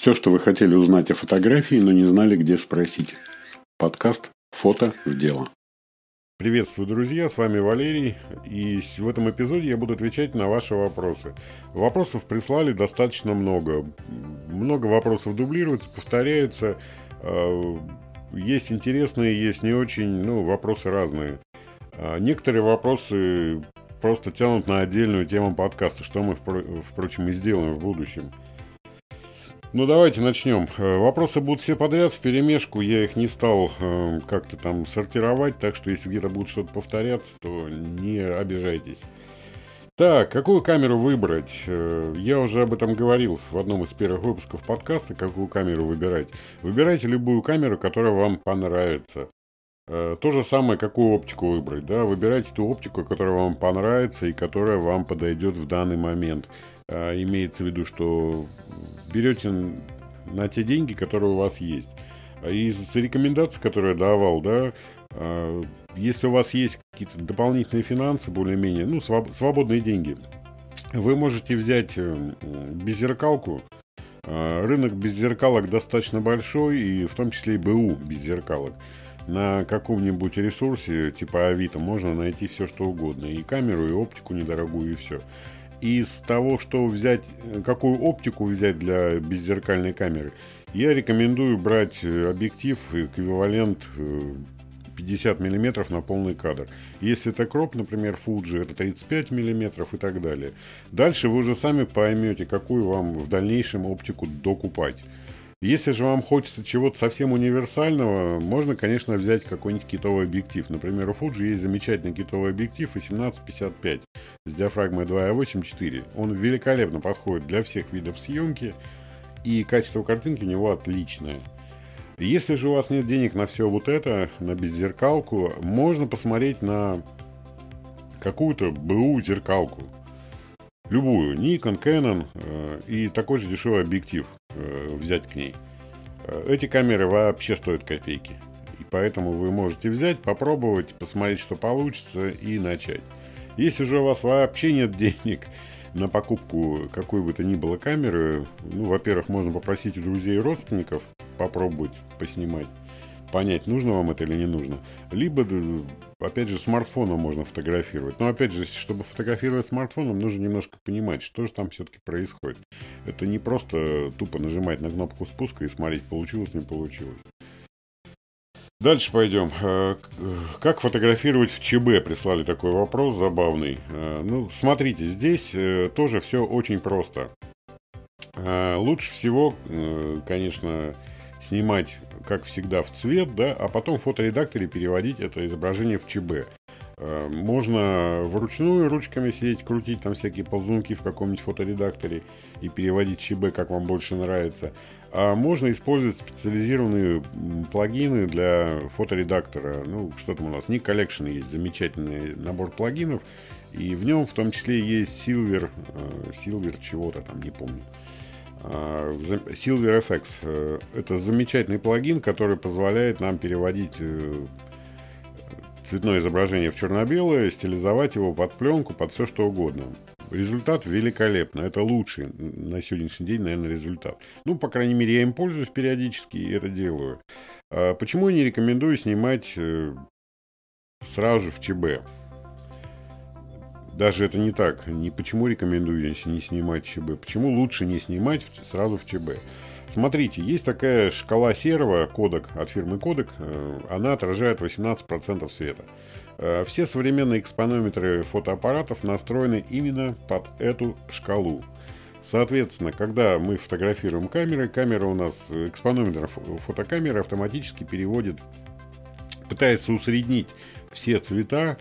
Все, что вы хотели узнать о фотографии, но не знали, где спросить. Подкаст «Фото в дело». Приветствую, друзья, с вами Валерий, и в этом эпизоде я буду отвечать на ваши вопросы. Вопросов прислали достаточно много. Много вопросов дублируются, повторяются. Есть интересные, есть не очень, вопросы разные. Некоторые вопросы просто тянут на отдельную тему подкаста, что мы, впрочем, и сделаем в будущем. Давайте начнем. Вопросы будут все подряд, вперемешку. Я их не стал как-то там сортировать, так что если где-то будет что-то повторяться, то не обижайтесь. Так, какую камеру выбрать? Я уже об этом говорил в одном из первых выпусков подкаста, какую камеру выбирать. Выбирайте любую камеру, которая вам понравится. То же самое, какую оптику выбрать. Да? Выбирайте ту оптику, которая вам понравится и которая вам подойдет в данный момент. Имеется в виду, что берете на те деньги, которые у вас есть. Из рекомендаций, которые я давал, да, если у вас есть какие-то дополнительные финансы, более-менее, свободные деньги, вы можете взять беззеркалку. Рынок беззеркалок достаточно большой, и в том числе и БУ беззеркалок. На каком-нибудь ресурсе типа Авито можно найти все, что угодно. И камеру, и оптику недорогую, и все. Из того, что взять, какую оптику взять для беззеркальной камеры, я рекомендую брать объектив эквивалент 50 мм на полный кадр. Если это кроп, например, Fuji, это 35 мм и так далее. Дальше вы уже сами поймете, какую вам в дальнейшем оптику докупать. Если же вам хочется чего-то совсем универсального, можно, конечно, взять какой-нибудь китовый объектив. Например, у Fuji есть замечательный китовый объектив 18-55 с диафрагмой 2.8-4. Он великолепно подходит для всех видов съемки, и качество картинки у него отличное. Если же у вас нет денег на все вот это, на беззеркалку, можно посмотреть на какую-то БУ зеркалку. Любую, Nikon, Canon и такой же дешевый объектив взять к ней. Эти камеры вообще стоят копейки. И поэтому вы можете взять, попробовать, посмотреть, что получится, и начать. Если же у вас вообще нет денег на покупку какой бы то ни было камеры, во-первых, можно попросить у друзей и родственников попробовать поснимать, понять, нужно вам это или не нужно. Либо, опять же, смартфоном можно фотографировать. Но, опять же, чтобы фотографировать смартфоном, нужно немножко понимать, что же там все-таки происходит. Это не просто тупо нажимать на кнопку спуска и смотреть, получилось, не получилось. Дальше пойдем. Как фотографировать в ЧБ? Прислали такой вопрос забавный. Смотрите, здесь тоже все очень просто. Лучше всего, конечно, снимать, как всегда, в цвет, да, а потом в фоторедакторе переводить это изображение в ЧБ. Можно вручную ручками сидеть, крутить там всякие ползунки в каком-нибудь фоторедакторе и переводить ЧБ, как вам больше нравится. А можно использовать специализированные плагины для фоторедактора. Что там у нас? Ник Collection есть замечательный набор плагинов. И в нем в том числе есть Silver чего-то там, не помню. Silver FX. Это замечательный плагин, который позволяет нам переводить цветное изображение в черно-белое, стилизовать его под пленку, под все что угодно. Результат великолепный. Это лучший на сегодняшний день, наверное, результат. По крайней мере, я им пользуюсь периодически и это делаю. Почему я не рекомендую снимать сразу же в ЧБ? Даже это не так. Почему рекомендую не снимать ЧБ? Почему лучше не снимать сразу в ЧБ? Смотрите, есть такая шкала серого, кодек от фирмы Kodak. Она отражает 18% света. Все современные экспонометры фотоаппаратов настроены именно под эту шкалу. Соответственно, когда мы фотографируем камера у нас, экспонометр фотокамеры автоматически пытается усреднить все цвета,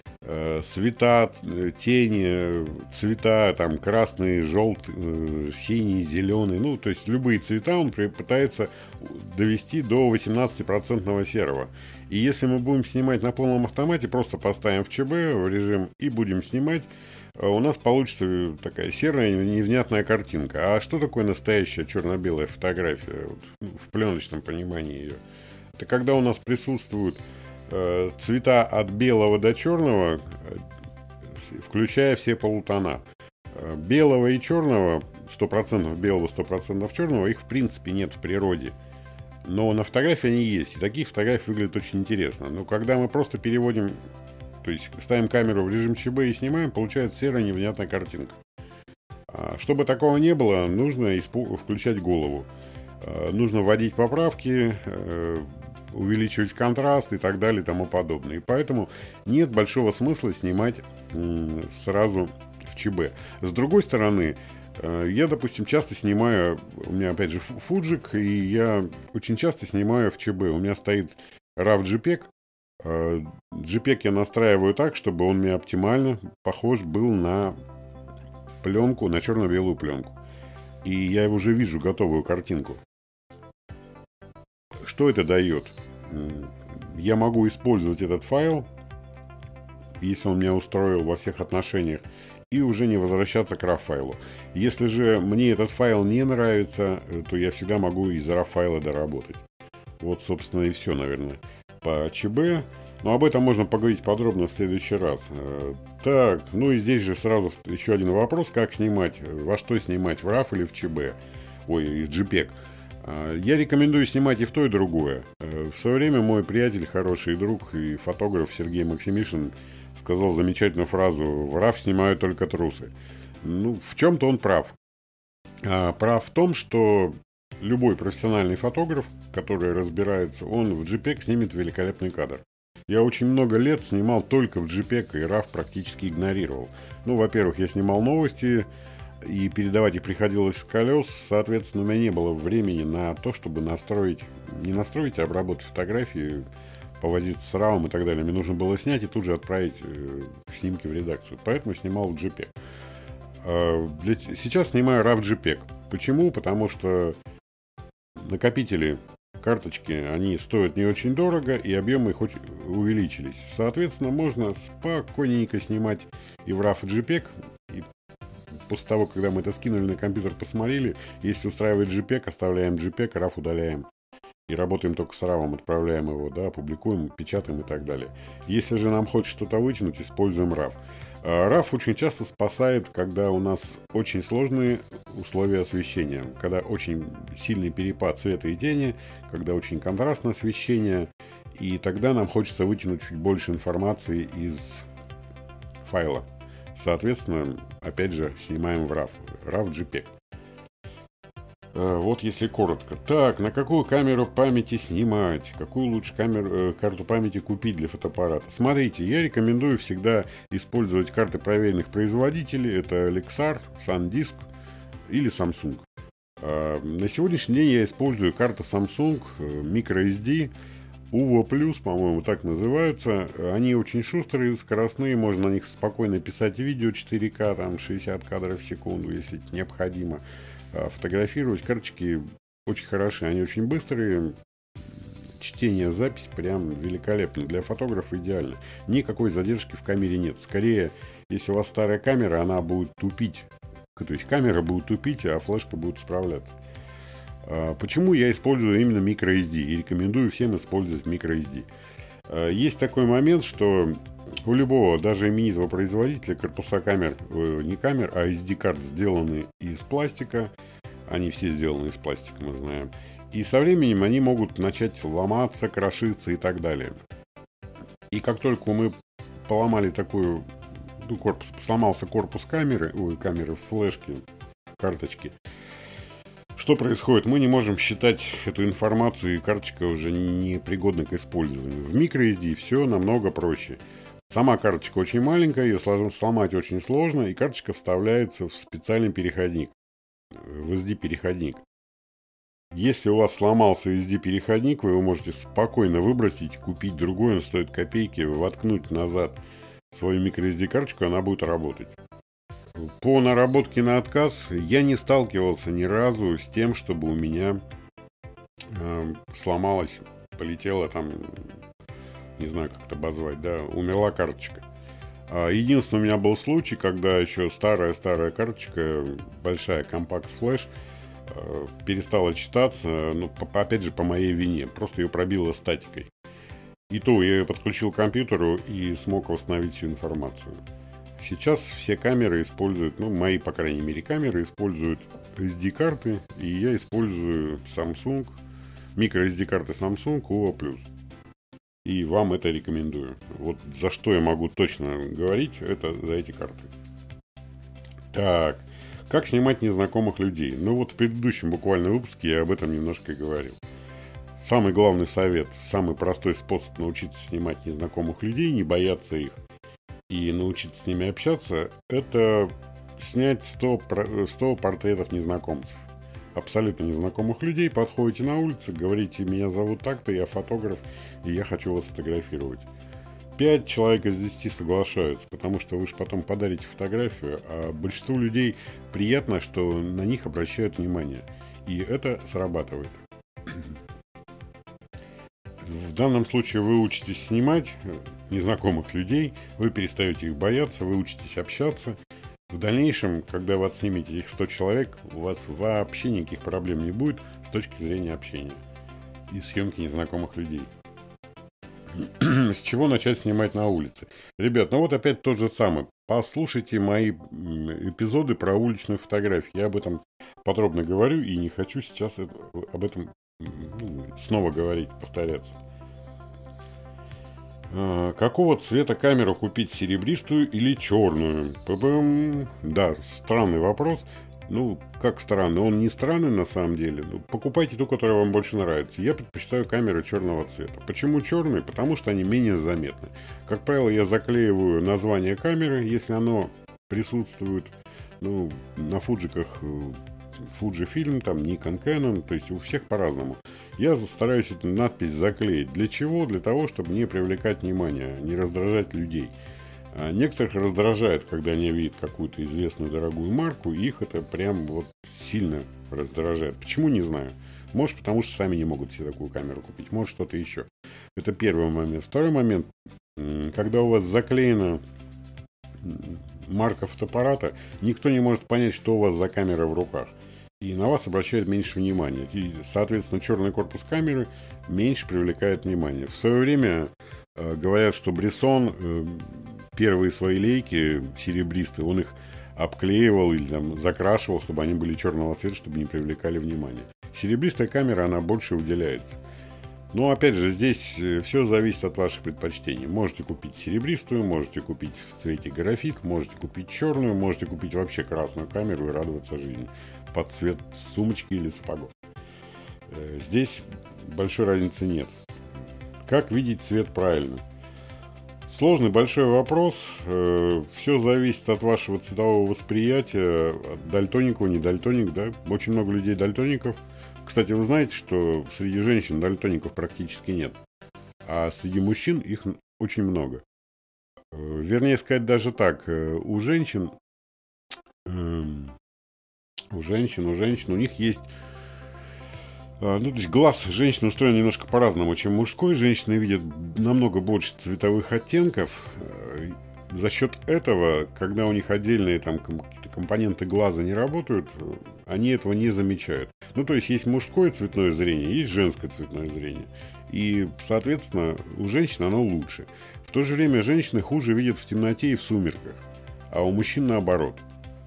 тени, цвета, там, красный, желтый, синий, зеленый, то есть любые цвета он пытается довести до 18% серого. И если мы будем снимать на полном автомате, просто поставим в ЧБ в режим и будем снимать, у нас получится такая серая, невнятная картинка. А что такое настоящая черно-белая фотография, в пленочном понимании ее? Это когда у нас присутствуют цвета от белого до черного, включая все полутона. Белого и черного 100% белого, 100% черного, их в принципе нет в природе. Но на фотографии они есть, и такие фотографии выглядят очень интересно. Но когда мы просто переводим, то есть ставим камеру в режим ЧБ и снимаем, получается серая невнятная картинка. Чтобы такого не было, нужно включать голову. Нужно вводить поправки, увеличивать контраст и так далее и тому подобное. И поэтому нет большого смысла снимать сразу в ЧБ. С другой стороны, я, допустим, часто снимаю, у меня опять же фуджик, и я очень часто снимаю в ЧБ. У меня стоит RAW JPEG. JPEG я настраиваю так, чтобы он мне оптимально похож был на пленку, на черно-белую пленку. И я уже вижу готовую картинку. Что это дает? Я могу использовать этот файл, если он меня устроил во всех отношениях, и уже не возвращаться к RAW-файлу. Если же мне этот файл не нравится, то я всегда могу из RAW-файла доработать. Вот, собственно, и все, наверное, по ЧБ. Но об этом можно поговорить подробно в следующий раз. Так, ну и здесь же сразу еще один вопрос. Как снимать, во что снимать, в RAW или в ЧБ? Ой, в JPEG. Я рекомендую снимать и в то, и другое. В свое время мой приятель, хороший друг и фотограф Сергей Максимишин сказал замечательную фразу: в RAW снимают только трусы. Ну, в чем-то он прав. Прав в том, что любой профессиональный фотограф, который разбирается, он в JPEG снимет великолепный кадр. Я очень много лет снимал только в JPEG, и RAW практически игнорировал. Ну, во-первых, я снимал новости, и передавать их приходилось с колес. Соответственно, у меня не было времени на то, чтобы не настроить, а обработать фотографии, повозиться с RAW и так далее. Мне нужно было снять и тут же отправить снимки в редакцию. Поэтому снимал в JPEG. Сейчас снимаю RAW JPEG. Почему? Потому что накопители, карточки, они стоят не очень дорого, и объемы их увеличились. Соответственно, можно спокойненько снимать и в RAW, и JPEG. И после того, когда мы это скинули на компьютер, посмотрели, если устраивает JPEG, оставляем JPEG, RAW удаляем. И работаем только с RAW, отправляем его, да, публикуем, печатаем и так далее. Если же нам хочется что-то вытянуть, используем RAW. RAW очень часто спасает, когда у нас очень сложные условия освещения, когда очень сильный перепад света и тени, когда очень контрастное освещение, и тогда нам хочется вытянуть чуть больше информации из файла. Соответственно, опять же, снимаем в RAW JPEG. Вот если коротко. Так, на какую камеру памяти снимать? Какую лучше карту памяти купить для фотоаппарата? Смотрите, я рекомендую всегда использовать карты проверенных производителей. Это Lexar, SanDisk или Samsung. На сегодняшний день я использую карты Samsung microSD, UVO+, по-моему, так называются. Они очень шустрые, скоростные, можно на них спокойно писать видео 4К, там 60 кадров в секунду, если это необходимо. Фотографировать. Карточки очень хороши, они очень быстрые. Чтение, запись прям великолепно. Для фотографа идеально. Никакой задержки в камере нет. Скорее, если у вас старая камера, она будет тупить. То есть камера будет тупить, а флешка будет справляться. Почему я использую именно microSD и рекомендую всем использовать microSD? Есть такой момент, что у любого, даже именитого производителя, корпуса камер, не камер, а SD-карт сделаны из пластика. Они все сделаны из пластика, мы знаем. И со временем они могут начать ломаться, крошиться и так далее. И как только мы поломали такую, сломался корпус камеры флешки, карточки, что происходит? Мы не можем считать эту информацию, и карточка уже не пригодна к использованию. В microSD все намного проще. Сама карточка очень маленькая, ее сломать очень сложно, и карточка вставляется в специальный переходник, в SD-переходник. Если у вас сломался SD-переходник, вы его можете спокойно выбросить, купить другой, он стоит копейки, воткнуть назад свою microSD-карточку, она будет работать. По наработке на отказ я не сталкивался ни разу с тем, чтобы у меня сломалась, полетела там, не знаю, как это обозвать, да, умерла карточка. Единственный у меня был случай, когда еще старая карточка, большая компакт-флеш, перестала читаться, ну, опять же, по моей вине. Просто ее пробило статикой. И то я ее подключил к компьютеру и смог восстановить всю информацию. Сейчас все камеры используют, мои, по крайней мере, камеры используют SD-карты, и я использую Samsung, microSD-карты Samsung UO+. И вам это рекомендую. Вот за что я могу точно говорить, это за эти карты. Так, как снимать незнакомых людей? В предыдущем буквально выпуске я об этом немножко и говорил. Самый главный совет, самый простой способ научиться снимать незнакомых людей, не бояться их и научиться с ними общаться, это снять 100 портретов незнакомцев. Абсолютно незнакомых людей, подходите на улице, говорите: меня зовут так-то, я фотограф, и я хочу вас сфотографировать. 5 человек из 10 соглашаются, потому что вы же потом подарите фотографию, а большинству людей приятно, что на них обращают внимание. И это срабатывает. В данном случае вы учитесь снимать незнакомых людей, вы перестаете их бояться, вы учитесь общаться. В дальнейшем, когда вы отснимете этих 100 человек, у вас вообще никаких проблем не будет с точки зрения общения и съемки незнакомых людей. С чего начать снимать на улице? Ребят, опять тот же самый. Послушайте мои эпизоды про уличную фотографию. Я об этом подробно говорю и не хочу сейчас об этом снова говорить, повторяться. Какого цвета камеру купить, серебристую или черную? Да, странный вопрос. Как странный? Он не странный на самом деле. Покупайте ту, которая вам больше нравится. Я предпочитаю камеры черного цвета. Почему черные? Потому что они менее заметны. Как правило, я заклеиваю название камеры, если оно присутствует на фуджиках. Fujifilm, Nikon, Canon, то есть у всех по-разному. Я стараюсь эту надпись заклеить. Для чего? Для того, чтобы не привлекать внимание, не раздражать людей. А некоторых раздражает, когда они видят какую-то известную дорогую марку, и их это прям сильно раздражает. Почему, не знаю. Может, потому что сами не могут себе такую камеру купить, может, что-то еще. Это первый момент. Второй момент, когда у вас заклеена марка фотоаппарата, никто не может понять, что у вас за камера в руках. И на вас обращают меньше внимания. И, соответственно, черный корпус камеры меньше привлекает внимание. В свое время говорят, что Бresson первые свои лейки серебристые, он их обклеивал или закрашивал, чтобы они были черного цвета, чтобы не привлекали внимания. Серебристая камера, она больше выделяется. Но, опять же, здесь все зависит от ваших предпочтений. Можете купить серебристую, можете купить в цвете графит, можете купить черную, можете купить вообще красную камеру и радоваться жизни под цвет сумочки или сапогов. Здесь большой разницы нет. Как видеть цвет правильно? Сложный большой вопрос. Все зависит от вашего цветового восприятия, от дальтоников, не дальтоник, да? Очень много людей дальтоников. Кстати, вы знаете, что среди женщин дальтоников практически нет, а среди мужчин их очень много. Вернее сказать даже так, у женщин, у них есть, то есть глаз женщины устроен немножко по-разному, чем мужской. Женщины видят намного больше цветовых оттенков. За счет этого, когда у них отдельные какие-то компоненты глаза не работают, они этого не замечают. То есть мужское цветное зрение, есть женское цветное зрение. И, соответственно, у женщин оно лучше. В то же время женщины хуже видят в темноте и в сумерках, а у мужчин наоборот.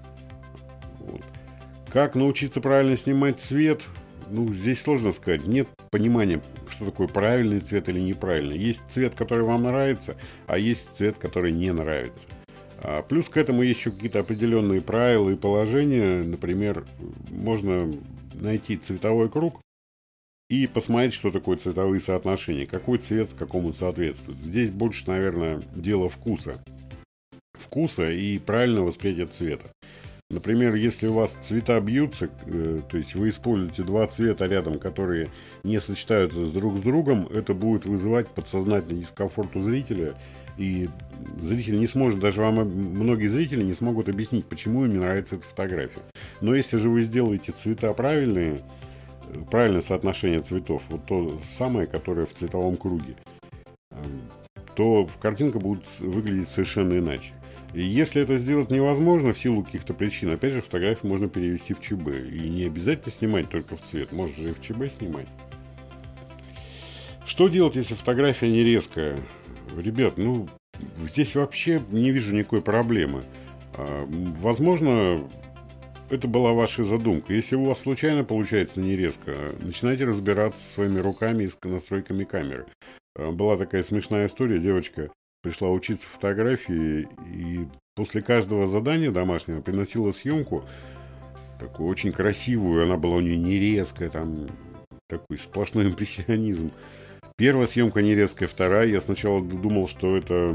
Как научиться правильно снимать цвет? Здесь сложно сказать. Нет понимания, что такое правильный цвет или неправильный. Есть цвет, который вам нравится, а есть цвет, который не нравится. Плюс к этому есть еще какие-то определенные правила и положения. Например, можно найти цветовой круг и посмотреть, что такое цветовые соотношения, какой цвет какому соответствует. Здесь больше, наверное, дело вкуса и правильного восприятия цвета. Например, если у вас цвета бьются, то есть вы используете два цвета рядом, которые не сочетаются друг с другом, это будет вызывать подсознательный дискомфорт у зрителя, и зритель не сможет, даже многие зрители не смогут объяснить, почему им не нравится эта фотография. Но если же вы сделаете цвета правильное соотношение цветов, то самое, которое в цветовом круге, то картинка будет выглядеть совершенно иначе. И если это сделать невозможно в силу каких-то причин, опять же, фотографию можно перевести в ЧБ. И не обязательно снимать только в цвет, можно же и в ЧБ снимать. Что делать, если фотография не резкая? Ребят, здесь вообще не вижу никакой проблемы. Возможно, это была ваша задумка. Если у вас случайно получается не резко, начинайте разбираться своими руками и с настройками камеры. Была такая смешная история. Девочка пришла учиться фотографии и после каждого задания домашнего приносила съемку, такую очень красивую. Она была у нее не резкая, там такой сплошной импрессионизм. Первая съемка не резкая, вторая. Я сначала думал, что это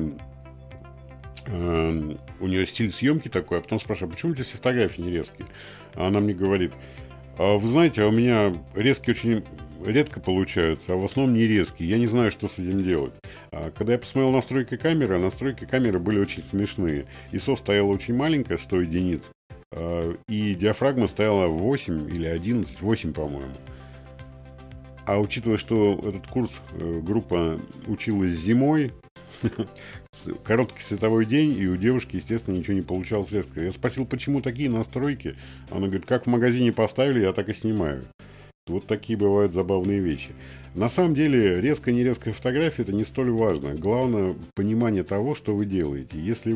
у нее стиль съемки такой, а потом спрашиваю, почему у тебя все фотографии не резкие? А она мне говорит, вы знаете, у меня резкие очень редко получаются, а в основном не резкие. Я не знаю, что с этим делать. Когда я посмотрел настройки камеры были очень смешные. ISO стояла очень маленькая, 100 единиц, и диафрагма стояла 8 или 11, 8, по-моему. А учитывая, что этот курс группа училась зимой, короткий световой день, и у девушки, естественно, ничего не получалось резко. Я спросил, почему такие настройки. Она говорит, как в магазине поставили, я так и снимаю. Вот такие бывают забавные вещи. На самом деле, резкая-нерезкая фотография – это не столь важно. Главное – понимание того, что вы делаете. Если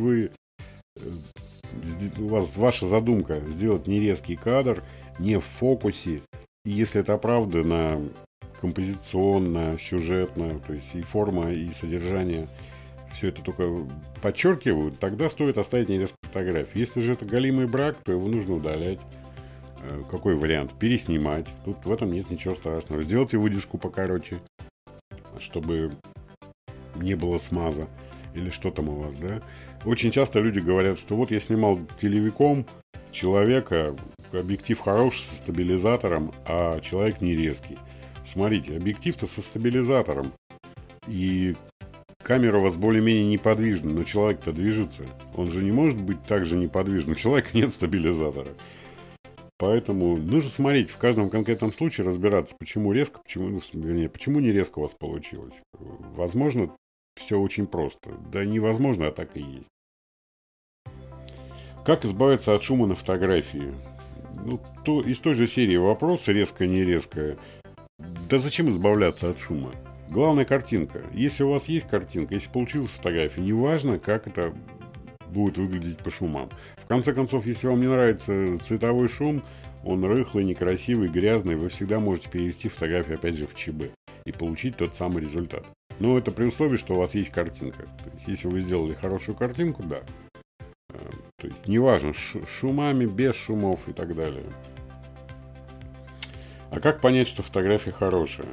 у вас ваша задумка сделать нерезкий кадр, не в фокусе, и если это оправдано композиционно, сюжетно, то есть и форма, и содержание, все это только подчеркивают, тогда стоит оставить нерезкую фотографию. Если же это голимый брак, то его нужно удалять. Какой вариант? Переснимать. Тут в этом нет ничего страшного. Сделайте выдержку покороче, чтобы не было смаза. Или что там у вас, да? Очень часто люди говорят, что вот я снимал телевиком человека, объектив хороший, со стабилизатором, а человек не резкий. Смотрите, объектив-то со стабилизатором. И камера у вас более-менее неподвижна, но человек-то движется. Он же не может быть так же неподвижным. У человека нет стабилизатора. Поэтому нужно смотреть в каждом конкретном случае, разбираться, почему резко, почему не резко у вас получилось. Возможно, все очень просто. Да невозможно, а так и есть. Как избавиться от шума на фотографии? Из той же серии вопросы, резкое-не резкое. Да зачем избавляться от шума? Главная картинка. Если у вас есть картинка, если получилась фотография, неважно, как это будет выглядеть по шумам. В конце концов, если вам не нравится цветовой шум, он рыхлый, некрасивый, грязный, вы всегда можете перевести фотографию опять же в ЧБ и получить тот самый результат. Но это при условии, что у вас есть картинка. То есть, если вы сделали хорошую картинку, да. То есть, неважно, шумами, без шумов и так далее. А как понять, что фотография хорошая?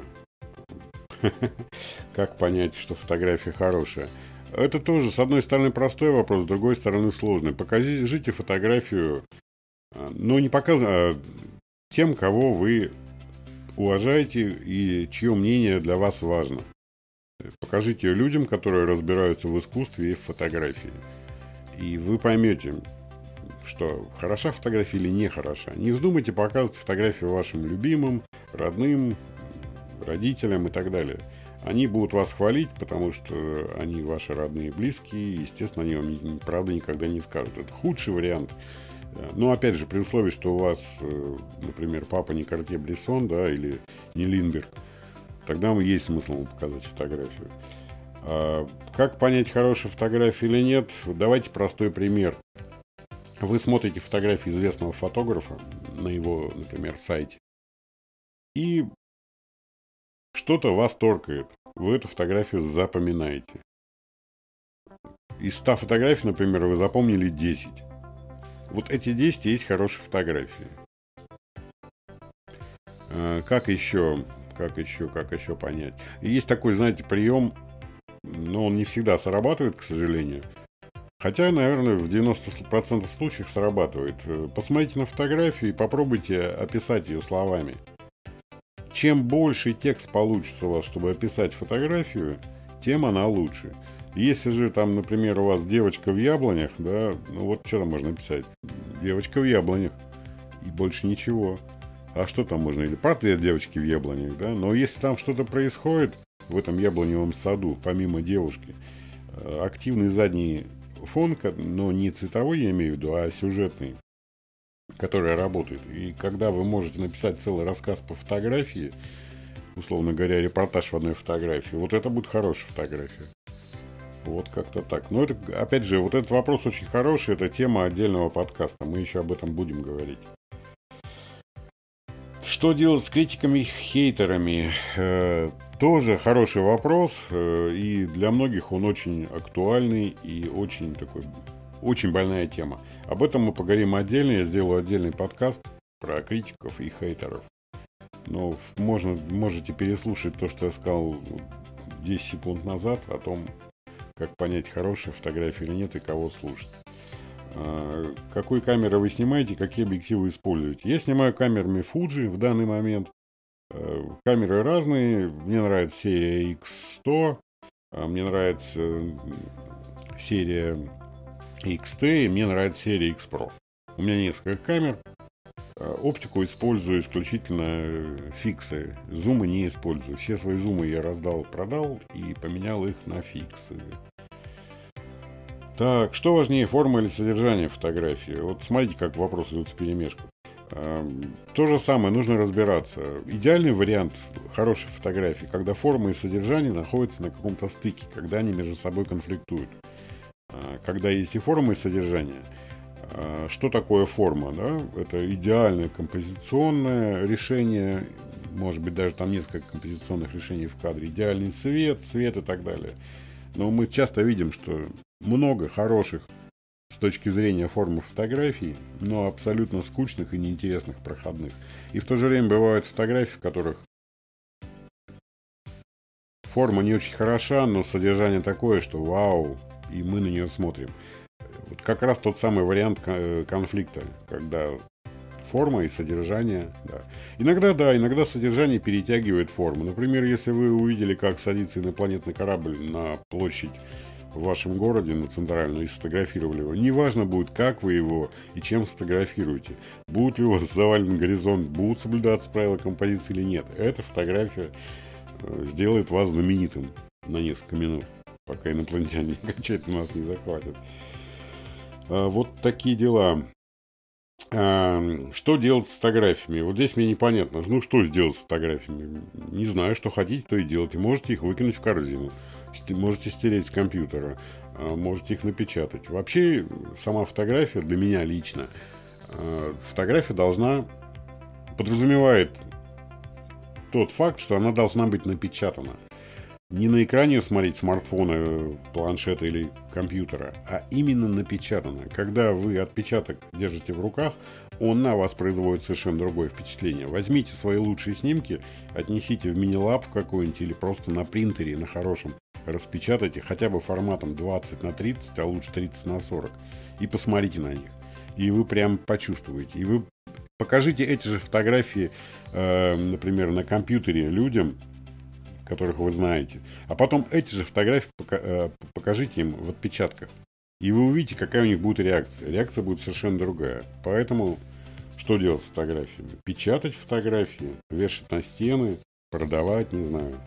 Как понять, что фотография хорошая? Это тоже, с одной стороны, простой вопрос, с другой стороны, сложный. Покажите фотографию, но не показывайте тем, кого вы уважаете и чье мнение для вас важно. Покажите ее людям, которые разбираются в искусстве и в фотографии. И вы поймете, что хороша фотография или не хороша. Не вздумайте показывать фотографию вашим любимым, родным, родителям и так далее. Они будут вас хвалить, потому что они ваши родные и близкие, и, естественно, они вам правда никогда не скажут. Это худший вариант. Но, опять же, при условии, что у вас, например, папа не Картье-Брессон, да, или не Линдберг, тогда есть смысл вам показать фотографию. Как понять, хорошая фотография или нет? Давайте простой пример. Вы смотрите фотографии известного фотографа на его, например, сайте, и что-то вас торкает. Вы эту фотографию запоминаете. Из 100 фотографий, например, вы запомнили 10. Вот эти 10 есть хорошие фотографии. Как еще понять? Есть такой, знаете, прием, но он не всегда срабатывает, к сожалению. Хотя, наверное, в 90% случаев срабатывает. Посмотрите на фотографию и попробуйте описать ее словами. Чем больше текст получится у вас, чтобы описать фотографию, тем она лучше. Если же там, например, у вас девочка в яблонях, да, ну вот что там можно написать? Девочка в яблонях. И больше ничего. А что там можно? Или портрет девочки в яблонях, да? Но если там что-то происходит в этом яблоневом саду, помимо девушки, активный задний фон, но не цветовой, я имею в виду, а сюжетный, который работает. И когда вы можете написать целый рассказ по фотографии, условно говоря, репортаж в одной фотографии, вот это будет хорошая фотография. Вот как-то так. Но это, опять же, вот этот вопрос очень хороший, это тема отдельного подкаста. Мы еще об этом будем говорить. Что делать с критиками и хейтерами? Тоже хороший вопрос. И для многих он очень актуальный и очень такой, очень больная тема. Об этом мы поговорим отдельно. Я сделаю отдельный подкаст про критиков и хейтеров. Но можете переслушать то, что я сказал 10 секунд назад о том, как понять, хорошая фотография или нет, и кого слушать. Какой камерой вы снимаете, какие объективы используете. Я снимаю камерами Fuji в данный момент. Камеры разные. Мне нравится серия X100, мне нравится серия XT, и мне нравится серия X Pro. У меня несколько камер. Оптику использую исключительно фиксы. Зумы не использую. Все свои зумы я продал и поменял их на фиксы. Так, что важнее, форма или содержание фотографии? Вот смотрите, как вопросы идут вперемешку. То же самое, нужно разбираться. Идеальный вариант хорошей фотографии, когда форма и содержание находятся на каком-то стыке, когда они между собой конфликтуют. Когда есть и форма, и содержание. Что такое форма? Да? Это идеальное композиционное решение, может быть, даже там несколько композиционных решений в кадре. Идеальный цвет и так далее. Но мы часто видим, что много хороших с точки зрения формы фотографий, но абсолютно скучных и неинтересных проходных. И в то же время бывают фотографии, в которых форма не очень хороша, но содержание такое, что вау, и мы на нее смотрим. Вот как раз тот самый вариант конфликта, когда форма и содержание, да. Иногда содержание перетягивает форму. Например, если вы увидели, как садится инопланетный корабль на площадь в вашем городе, на центральную, и сфотографировали его. Неважно будет, как вы его и чем сфотографируете. Будет ли у вас завален горизонт, будут соблюдаться правила композиции или нет. Эта фотография сделает вас знаменитым на несколько минут, пока инопланетяне окончательно нас не захватят. Вот такие дела. Что делать с фотографиями? Вот здесь мне непонятно. Ну, что сделать с фотографиями? Не знаю, что хотите, то и делайте. Можете их выкинуть в корзину. Можете стереть с компьютера. Можете их напечатать. Вообще, сама фотография для меня лично. Фотография подразумевает тот факт, что она должна быть напечатана. Не на экране смотреть смартфона, планшета или компьютера, а именно напечатано. Когда вы отпечаток держите в руках, он на вас производит совершенно другое впечатление. Возьмите свои лучшие снимки, отнесите в мини-лаб какой-нибудь или просто на принтере, на хорошем, распечатайте хотя бы форматом 20x30, а лучше 30x40, и посмотрите на них. И вы прям почувствуете. И вы покажите эти же фотографии, например, на компьютере людям, которых вы знаете. А потом эти же фотографии покажите им в отпечатках. И вы увидите, какая у них будет реакция. Реакция будет совершенно другая. Поэтому что делать с фотографиями? Печатать фотографии, вешать на стены, продавать, не знаю.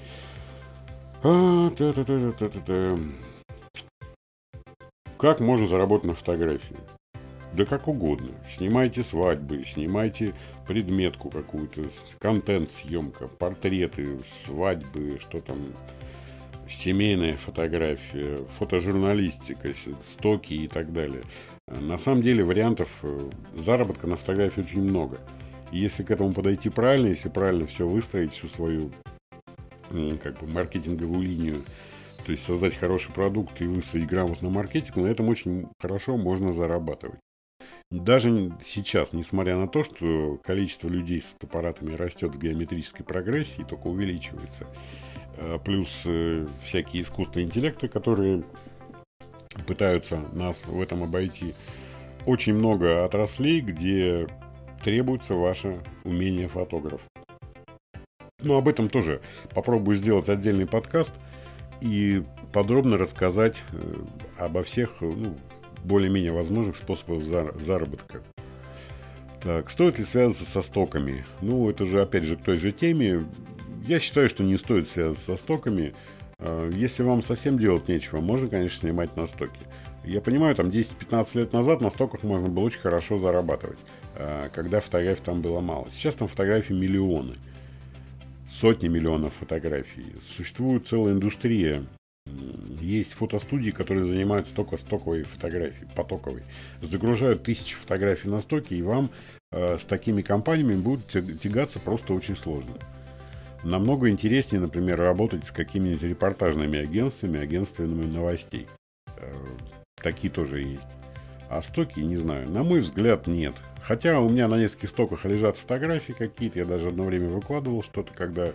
Как можно заработать на фотографии? Да как угодно. Снимайте свадьбы, снимайте предметку какую-то, контент-съемка, портреты, свадьбы, что там, семейная фотография, фотожурналистика, стоки и так далее. На самом деле вариантов заработка на фотографии очень много. И если к этому подойти правильно, если правильно все выстроить, всю свою маркетинговую линию, то есть создать хороший продукт и выстроить грамотно маркетинг, на этом очень хорошо можно зарабатывать. Даже сейчас, несмотря на то, что количество людей с фотоаппаратами растет в геометрической прогрессии, только увеличивается, плюс всякие искусственные интеллекты, которые пытаются нас в этом обойти, очень много отраслей, где требуется ваше умение фотографа. Но об этом тоже попробую сделать отдельный подкаст и подробно рассказать обо всех более-менее возможных способов заработка. Так, стоит ли связываться со стоками? Это же, опять же, к той же теме. Я считаю, что не стоит связываться со стоками. Если вам совсем делать нечего, можно, конечно, снимать на стоки. Я понимаю, там 10-15 лет назад на стоках можно было очень хорошо зарабатывать, когда фотографий там было мало. Сейчас там фотографий миллионы. Сотни миллионов фотографий. Существует целая индустрия Есть фотостудии, которые занимаются только стоковой фотографией, потоковой. Загружают 1000 фотографий на стоке, и вам с такими компаниями будет тягаться просто очень сложно. Намного интереснее, например, работать с какими-нибудь репортажными агентствами новостей. Такие тоже есть. А стоки, не знаю, на мой взгляд, нет. Хотя у меня на нескольких стоках лежат фотографии какие-то. Я даже одно время выкладывал что-то, когда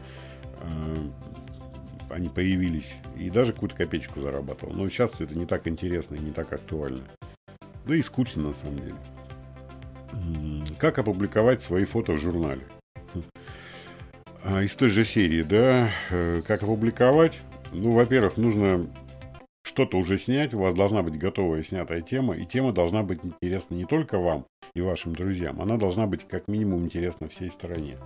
они появились. И даже какую-то копеечку зарабатывал. Но сейчас это не так интересно и не так актуально. Да и скучно на самом деле. Как опубликовать свои фото в журнале? Из той же серии, да. Как опубликовать? Ну, во-первых, нужно что-то уже снять. У вас должна быть готовая снятая тема. И тема должна быть интересна не только вам и вашим друзьям. Она должна быть как минимум интересна всей стране.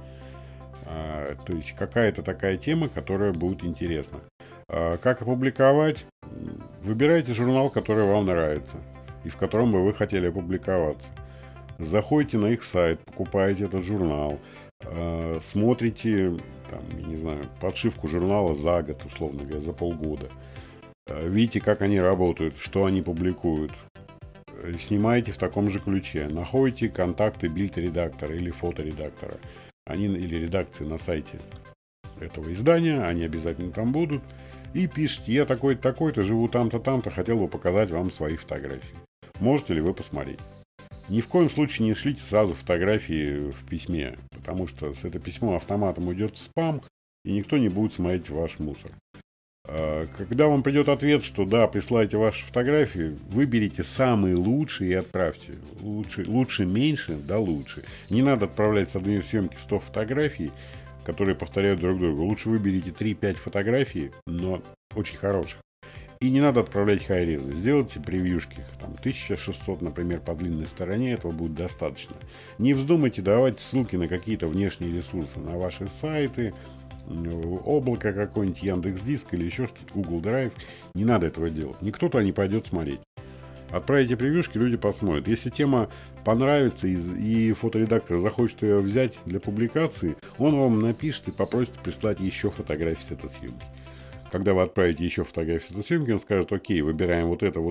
То есть какая-то такая тема, которая будет интересна. Как опубликовать? Выбирайте журнал, который вам нравится и в котором бы вы хотели опубликоваться. Заходите на их сайт, покупаете этот журнал, смотрите, там, я не знаю, подшивку журнала за год, условно говоря, за полгода. Видите, как они работают, что они публикуют. Снимаете в таком же ключе. Находите контакты бильд-редактора или фоторедактора. Или редакции на сайте этого издания, они обязательно там будут. И пишите: я такой-то, такой-то, живу там-то, там-то, хотел бы показать вам свои фотографии. Можете ли вы посмотреть? Ни в коем случае не шлите сразу фотографии в письме, потому что это письмо автоматом уйдет в спам, и никто не будет смотреть ваш мусор. Когда вам придет ответ, что да, присылайте ваши фотографии, выберите самые лучшие и отправьте. Лучше меньше, да лучше. Не надо отправлять с одной съемки 100 фотографий, которые повторяют друг друга. Лучше выберите 3-5 фотографий, но очень хороших. И не надо отправлять хай-резы. Сделайте превьюшки. Там 1600, например, по длинной стороне. Этого будет достаточно. Не вздумайте давать ссылки на какие-то внешние ресурсы. На ваши сайты, облако какое-нибудь, Яндекс.Диск или еще что-то, Google Drive. Не надо этого делать. Никто туда не пойдет смотреть. Отправите превьюшки, люди посмотрят. Если тема понравится и фоторедактор захочет ее взять для публикации, он вам напишет и попросит прислать еще фотографии с этой съемки. Когда вы отправите еще фотографии с этой съемки, он скажет: окей, выбираем вот это,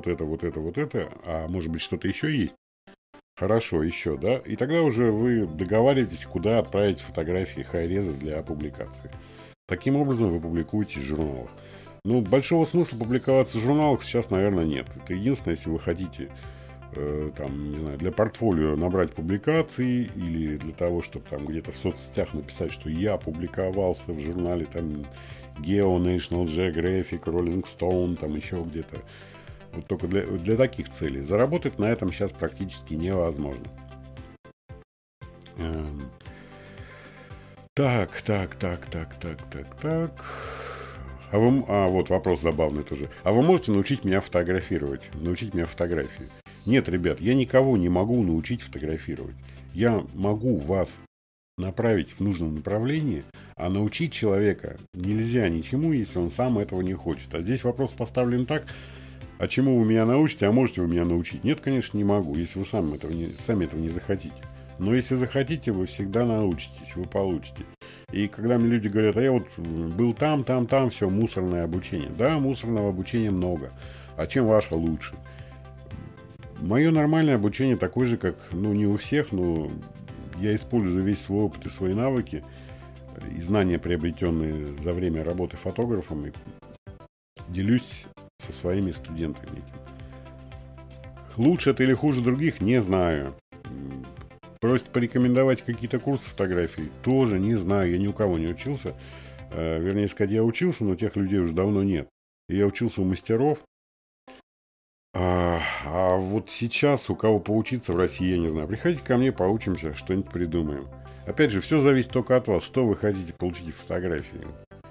а может быть что-то еще есть? Хорошо, еще, да? И тогда уже вы договариваетесь, куда отправить фотографии хай-реза для публикации. Таким образом вы публикуетесь в журналах. Ну, большого смысла публиковаться в журналах сейчас, наверное, нет. Это единственное, если вы хотите, там, не знаю, для портфолио набрать публикации или для того, чтобы там где-то в соцсетях написать, что я публиковался в журнале там Geo, National Geographic, Rolling Stone, там еще где-то. Вот только для таких целей. Заработать на этом сейчас практически невозможно. Так. Вот вопрос забавный тоже. А вы можете научить меня фотографировать? Научить меня фотографии? Нет, ребят, я никого не могу научить фотографировать. Я могу вас направить в нужном направлении, а научить человека нельзя ничему, если он сам этого не хочет. А здесь вопрос поставлен так: а чему вы меня научите, а можете вы меня научить? Нет, конечно, не могу, если вы сами этого не захотите. Но если захотите, вы всегда научитесь, вы получите. И когда мне люди говорят: а я вот был там, все, мусорное обучение. Да, мусорного обучения много. А чем ваше лучше? Мое нормальное обучение такое же, как, не у всех, но я использую весь свой опыт и свои навыки и знания, приобретенные за время работы фотографом, и делюсь со своими студентами этим. Лучше это или хуже других, не знаю. Просят порекомендовать какие-то курсы фотографии, тоже не знаю, я ни у кого не учился. Вернее сказать, я учился, но тех людей уже давно нет. Я учился у мастеров. А вот сейчас у кого поучиться в России, я не знаю. Приходите ко мне, поучимся, что-нибудь придумаем. Опять же, все зависит только от вас, что вы хотите получить в фотографии.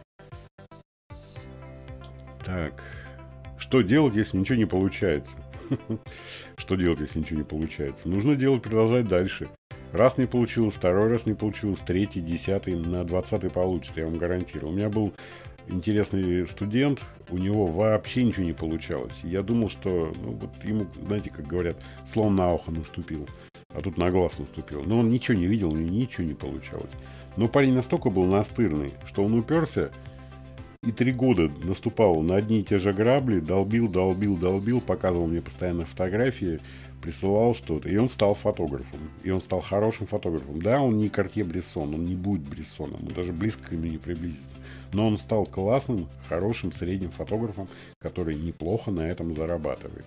Так, что делать, если ничего не получается? Что делать, если ничего не получается? Нужно продолжать дальше. Раз не получилось, второй раз не получилось, третий, 10, на 20 получится, я вам гарантирую. У меня был интересный студент, у него вообще ничего не получалось. Я думал, что ему, знаете, как говорят, слон на ухо наступил, а тут на глаз наступил. Но он ничего не видел, у него ничего не получалось. Но парень настолько был настырный, что он уперся и 3 года наступал на одни и те же грабли, долбил, показывал мне постоянно фотографии, присылал что-то, и он стал фотографом, и он стал хорошим фотографом. Да, он не Картье-Брессон, он не будет Брессоном, он даже близко к нему не приблизится, но он стал классным, хорошим, средним фотографом, который неплохо на этом зарабатывает.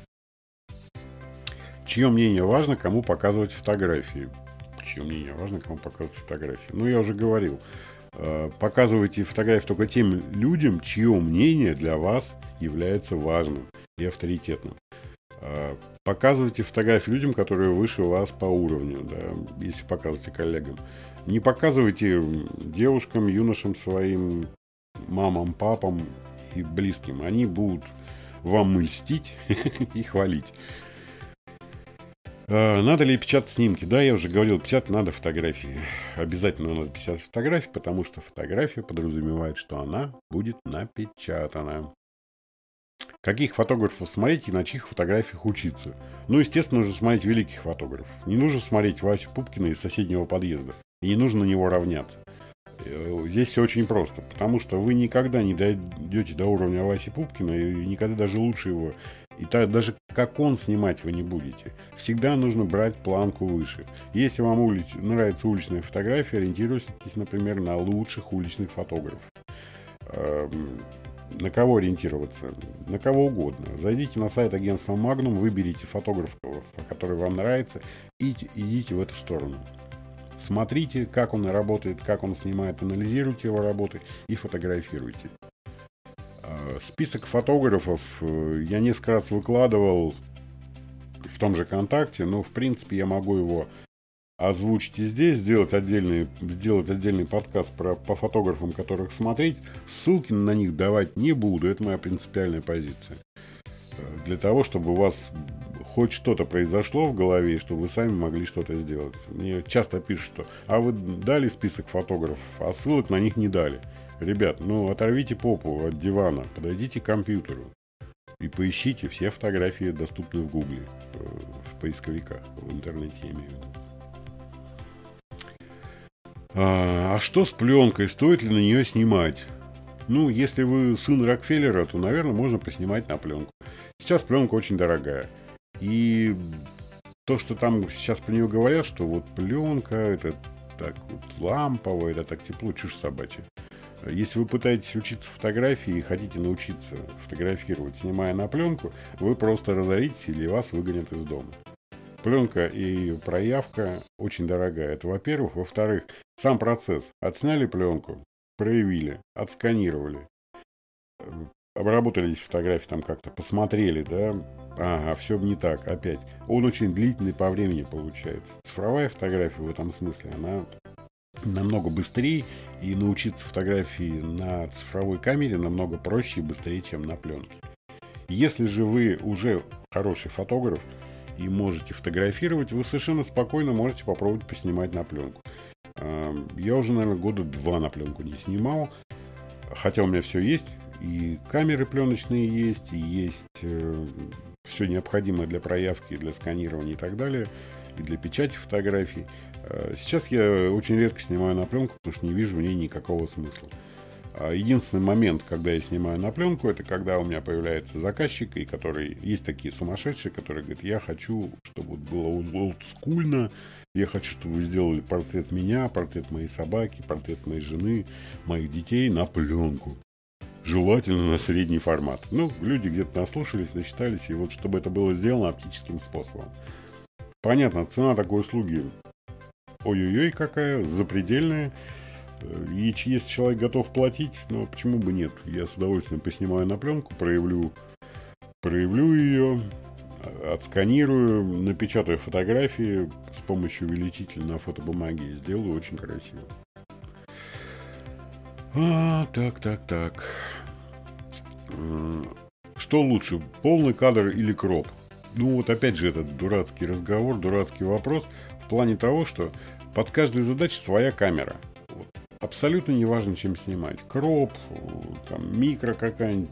Чье мнение важно, кому показывать фотографии? Чье мнение важно, кому показывать фотографии? Ну, я уже говорил, показывайте фотографии только тем людям, чье мнение для вас является важным и авторитетным. Показывайте фотографии людям, которые выше вас по уровню, да, если показываете коллегам. Не показывайте девушкам, юношам своим, мамам, папам и близким. Они будут вам льстить и хвалить. Надо ли печатать снимки? Да, я уже говорил, печатать надо фотографии. Обязательно надо печатать фотографии, потому что фотография подразумевает, что она будет напечатана. Каких фотографов смотреть и на чьих фотографиях учиться? Ну, естественно, нужно смотреть великих фотографов. Не нужно смотреть Васю Пупкина из соседнего подъезда. И не нужно на него равняться. Здесь все очень просто. Потому что вы никогда не дойдете до уровня Васи Пупкина и никогда даже лучше его. И даже как он снимать вы не будете. Всегда нужно брать планку выше. Если вам нравится уличная фотография, ориентируйтесь, например, на лучших уличных фотографов. На кого ориентироваться? На кого угодно. Зайдите на сайт агентства Magnum, выберите фотографов, который вам нравится, и идите в эту сторону. Смотрите, как он работает, как он снимает, анализируйте его работы и фотографируйте. Список фотографов я несколько раз выкладывал в том же ВКонтакте, но в принципе я могу его озвучить и здесь, сделать отдельный подкаст по фотографам, которых смотреть. Ссылки на них давать не буду, это моя принципиальная позиция. Для того, чтобы у вас хоть что-то произошло в голове, и чтобы вы сами могли что-то сделать. Мне часто пишут, что «а вы дали список фотографов, а ссылок на них не дали». Ребят, оторвите попу от дивана, подойдите к компьютеру и поищите все фотографии, доступные в Гугле, в поисковиках, в интернете я имею в виду. А что с пленкой? Стоит ли на нее снимать? Если вы сын Рокфеллера, то, наверное, можно поснимать на пленку. Сейчас пленка очень дорогая. И то, что там сейчас про нее говорят, что вот пленка, это так вот лампово, это так тепло, чушь собачья. Если вы пытаетесь учиться фотографии и хотите научиться фотографировать, снимая на пленку, вы просто разоритесь или вас выгонят из дома. Пленка и проявка очень дорогая. Это во-первых. Во-вторых, сам процесс. Отсняли пленку, проявили, отсканировали, обработали эти фотографии там как-то, посмотрели, да, ага, все не так, опять. Он очень длительный по времени получается. Цифровая фотография в этом смысле, она намного быстрее, и научиться фотографии на цифровой камере намного проще и быстрее, чем на пленке. Если же вы уже хороший фотограф и можете фотографировать, вы совершенно спокойно можете попробовать поснимать на пленку. Я уже, наверное, года 2 на пленку не снимал, хотя у меня все есть, и камеры пленочные есть, и есть все необходимое для проявки, для сканирования и так далее, и для печати фотографий. Сейчас я очень редко снимаю на пленку, потому что не вижу в ней никакого смысла. Единственный момент, когда я снимаю на пленку, это когда у меня появляется заказчик, и который есть такие сумасшедшие, которые говорят: я хочу, чтобы было олдскульно, я хочу, чтобы вы сделали портрет меня, портрет моей собаки, портрет моей жены, моих детей на пленку. Желательно на средний формат. Люди где-то наслушались, насчитались, и вот чтобы это было сделано оптическим способом. Понятно, цена такой услуги ой-ой-ой какая, запредельная. И если человек готов платить, почему бы нет? Я с удовольствием поснимаю на пленку, проявлю ее, отсканирую, напечатаю фотографии с помощью увеличителя на фотобумаге и сделаю очень красиво. Так. Что лучше, полный кадр или кроп? Опять же этот дурацкий разговор, дурацкий вопрос в плане того, что под каждой задачей своя камера. Абсолютно не важно, чем снимать. Кроп, там, микро какая-нибудь,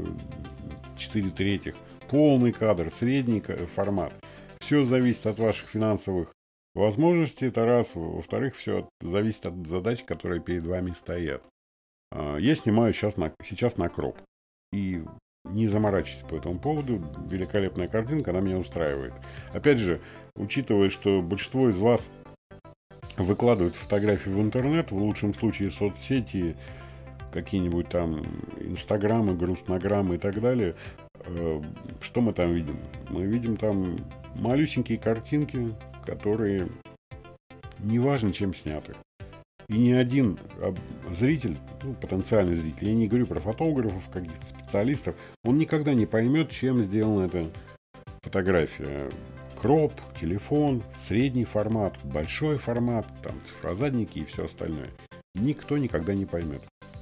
4/3, полный кадр, средний формат. Все зависит от ваших финансовых возможностей, это раз. Во-вторых, все зависит от задач, которые перед вами стоят. Я снимаю сейчас на кроп. И не заморачиваюсь по этому поводу. Великолепная картинка, она меня устраивает. Опять же, учитывая, что большинство из вас выкладывает фотографии в интернет, в лучшем случае соцсети, какие-нибудь там инстаграмы, грустнограммы и так далее, что мы там видим? Мы видим там малюсенькие картинки, которые неважно чем сняты. И ни один зритель, потенциальный зритель, я не говорю про фотографов, каких-то специалистов, он никогда не поймет, чем сделана эта фотография. Кроп, телефон, средний формат, большой формат, там цифрозадники и все остальное. Никто никогда не поймет.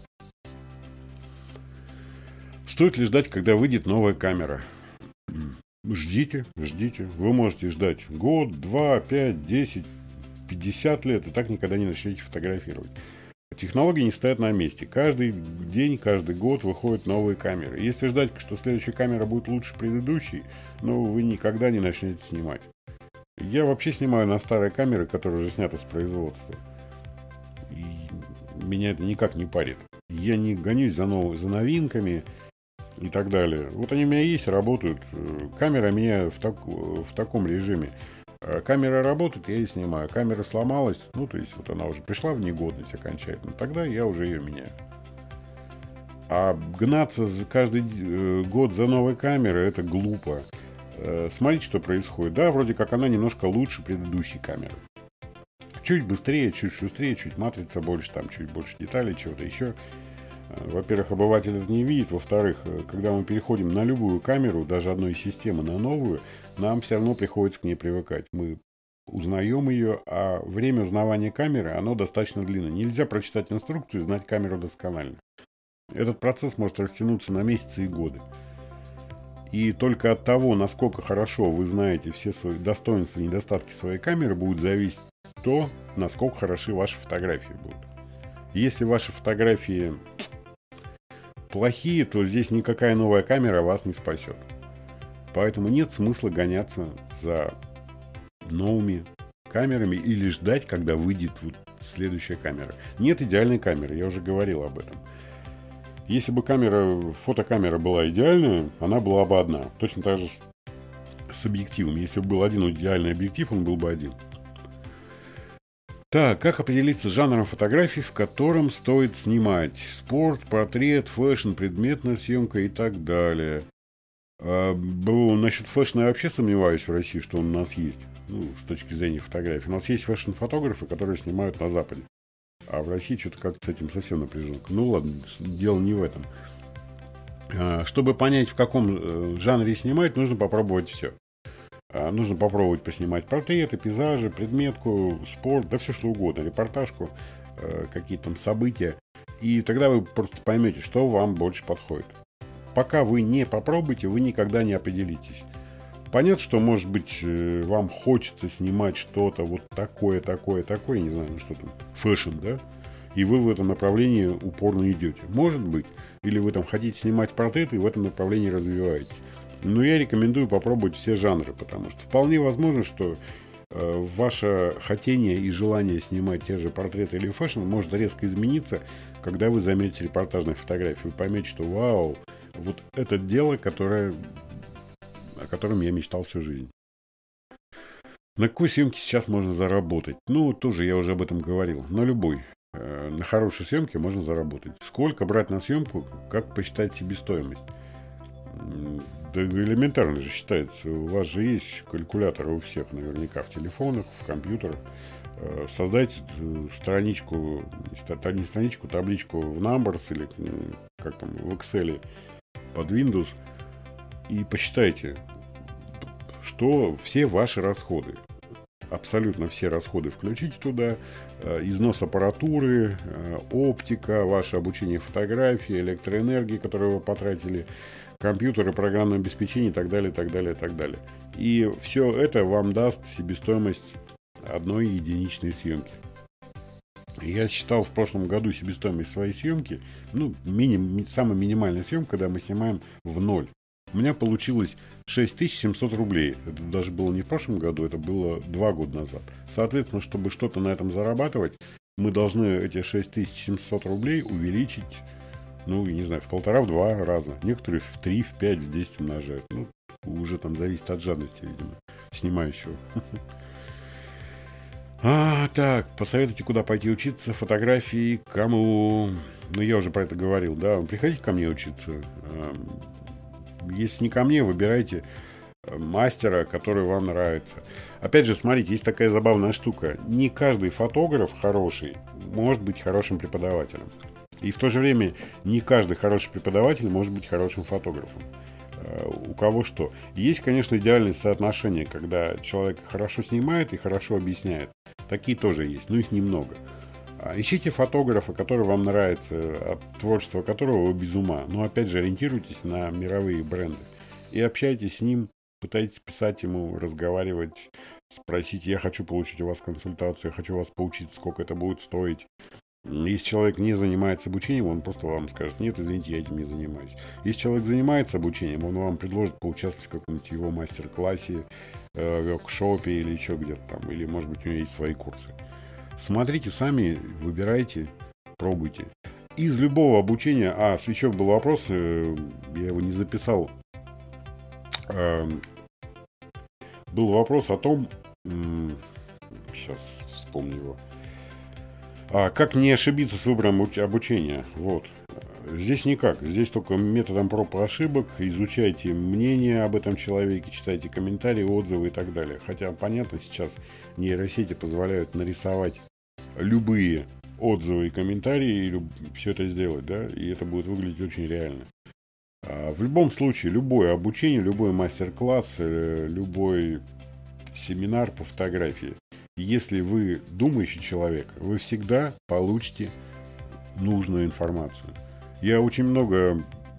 Стоит ли ждать, когда выйдет новая камера? Ждите. Вы можете ждать год, 2, 5, 10, 50 лет, и так никогда не начнете фотографировать. Технологии не стоят на месте. Каждый день, каждый год выходят новые камеры. Если ждать, что следующая камера будет лучше предыдущей, вы никогда не начнете снимать. Я вообще снимаю на старые камеры, которые уже сняты с производства. И меня это никак не парит. Я не гонюсь за новинками и так далее. Вот они у меня есть, работают. Камера у меня в таком режиме. Камера работает, я ее снимаю. Камера сломалась, то есть вот она уже пришла в негодность окончательно. Тогда я уже ее меняю. А гнаться каждый год за новой камерой — это глупо. Смотрите, что происходит. Да, вроде как она немножко лучше предыдущей камеры. Чуть быстрее, чуть шустрее, чуть матрица больше, там чуть больше деталей, чего-то еще. Во-первых, обыватель это не видит. Во-вторых, когда мы переходим на любую камеру, даже одной системы на новую, нам все равно приходится к ней привыкать. Мы узнаем ее, а время узнавания камеры, оно достаточно длинное. Нельзя прочитать инструкцию и знать камеру досконально. Этот процесс может растянуться на месяцы и годы. И только от того, насколько хорошо вы знаете все свои достоинства и недостатки своей камеры, будет зависеть то, насколько хороши ваши фотографии будут. Если ваши фотографии плохие, то здесь никакая новая камера вас не спасет. Поэтому нет смысла гоняться за новыми камерами или ждать, когда выйдет следующая камера. Нет идеальной камеры, я уже говорил об этом. Если бы фотокамера была идеальная, она была бы одна. Точно так же с объективом. Если бы был один идеальный объектив, он был бы один. Так, как определиться с жанром фотографий, в котором стоит снимать? Спорт, портрет, фэшн, предметная съемка и так далее. Насчет фэшна я вообще сомневаюсь в России, что он у нас есть. С точки зрения фотографий. У нас есть фэшн-фотографы, которые снимают на Западе. А в России что-то как-то с этим совсем напряженка. Ладно, дело не в этом. Чтобы понять, в каком жанре снимать, нужно попробовать все. Нужно попробовать поснимать портреты, пейзажи, предметку, спорт, да все что угодно, репортажку, какие-то там события. И тогда вы просто поймете, что вам больше подходит. Пока вы не попробуете, вы никогда не определитесь. Понятно, что, может быть, вам хочется снимать что-то вот такое, не знаю, что там, фэшн, да? И вы в этом направлении упорно идете. Может быть. Или вы там хотите снимать портреты и в этом направлении развиваетесь. Но я рекомендую попробовать все жанры, потому что вполне возможно, что ваше хотение и желание снимать те же портреты или фэшн может резко измениться, когда вы заметите репортажные фотографии. Вы поймете, что вау, вот это дело, о котором я мечтал всю жизнь. На какой съемке сейчас можно заработать? Тоже я уже об этом говорил. На любой. На хорошей съемке можно заработать. Сколько брать на съемку, как посчитать себестоимость? Да элементарно же считается. У вас же есть калькуляторы у всех наверняка в телефонах, в компьютерах. Создайте страничку, не страничку, табличку в Numbers или как там в Excel под Windows и посчитайте, что все ваши расходы. Абсолютно все расходы включите туда. Износ аппаратуры, оптика, ваше обучение фотографии, электроэнергии, которую вы потратили, компьютеры, программное обеспечение и так далее, так далее, так далее. И все это вам даст себестоимость одной единичной съемки. Я считал в прошлом году себестоимость своей съемки, самая минимальная съемка, когда мы снимаем в ноль. У меня получилось 6700 рублей. Это даже было не в прошлом году, это было 2 года назад. Соответственно, чтобы что-то на этом зарабатывать, мы должны эти 6700 рублей увеличить, ну, не знаю, в 1,5-2 раза. Некоторые в 3, в 5, в 10 умножают. Ну, уже там зависит от жадности, видимо, снимающего. Так, посоветуйте, куда пойти учиться, фотографии, кому... Ну, я уже про это говорил, да, приходите ко мне учиться. Если не ко мне, выбирайте мастера, который вам нравится. Опять же, смотрите, есть такая забавная штука. Не каждый фотограф хороший может быть хорошим преподавателем. И в то же время не каждый хороший преподаватель может быть хорошим фотографом. У кого что. Есть, конечно, идеальное соотношение, когда человек хорошо снимает и хорошо объясняет. Такие тоже есть, но их немного. Ищите фотографа, который вам нравится, от творчества которого вы без ума. Но опять же, ориентируйтесь на мировые бренды. И общайтесь с ним, пытайтесь писать ему, разговаривать, спросить: я хочу получить у вас консультацию, я хочу вас поучить, сколько это будет стоить. Если человек не занимается обучением, он просто вам скажет: нет, извините, я этим не занимаюсь. Если человек занимается обучением, он вам предложит поучаствовать в каком-нибудь его мастер-классе, воркшопе или еще где-то там. Или, может быть, у него есть свои курсы. Смотрите сами, выбирайте, пробуйте. Из любого обучения... еще был вопрос, я его не записал. Был вопрос о том... Сейчас вспомню его. Как не ошибиться с выбором обучения? Вот. Здесь никак. Здесь только методом проб и ошибок. Изучайте мнение об этом человеке, читайте комментарии, отзывы и так далее. Хотя, понятно, сейчас нейросети позволяют нарисовать любые отзывы и комментарии, и все это сделать, да, и это будет выглядеть очень реально. В любом случае, любое обучение, любой мастер-класс, любой семинар по фотографии, если вы думающий человек, вы всегда получите нужную информацию. Я очень много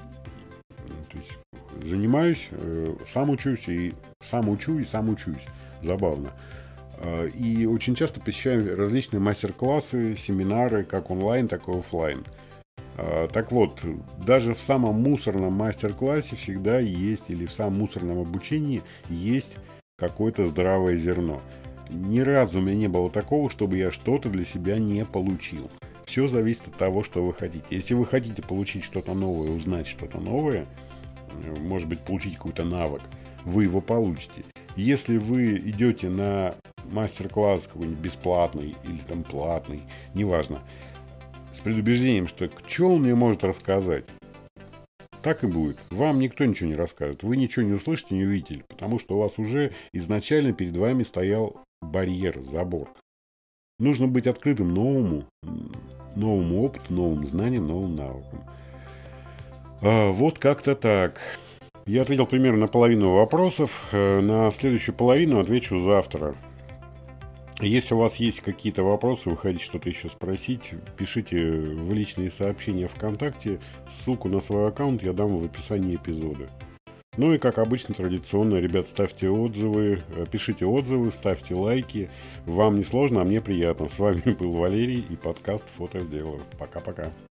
занимаюсь, сам учусь, и сам учу, и сам учусь. Забавно. И очень часто посещаю различные мастер-классы, семинары, как онлайн, так и офлайн. Так вот, даже в самом мусорном мастер-классе всегда есть, или в самом мусорном обучении есть какое-то здравое зерно. Ни разу у меня не было такого, чтобы я что-то для себя не получил. Все зависит от того, что вы хотите. Если вы хотите получить что-то новое, узнать что-то новое, может быть, получить какой-то навык, вы его получите. Если вы идете на мастер-класс какой-нибудь бесплатный или там платный, неважно, с предубеждением, что что он мне может рассказать, так и будет. Вам никто ничего не расскажет. Вы ничего не услышите, не увидите, потому что у вас уже изначально перед вами стоял барьер, забор. Нужно быть открытым новому опыту, новым знаниям, новым навыкам. Вот как-то так. Я ответил примерно на половину вопросов. На следующую половину отвечу завтра. Если у вас есть какие-то вопросы, вы хотите что-то еще спросить, пишите в личные сообщения ВКонтакте. Ссылку на свой аккаунт я дам в описании эпизода. Ну и, как обычно, традиционно, ребят, ставьте отзывы, пишите отзывы, ставьте лайки. Вам не сложно, а мне приятно. С вами был Валерий и подкаст «Фото в дело». Пока-пока.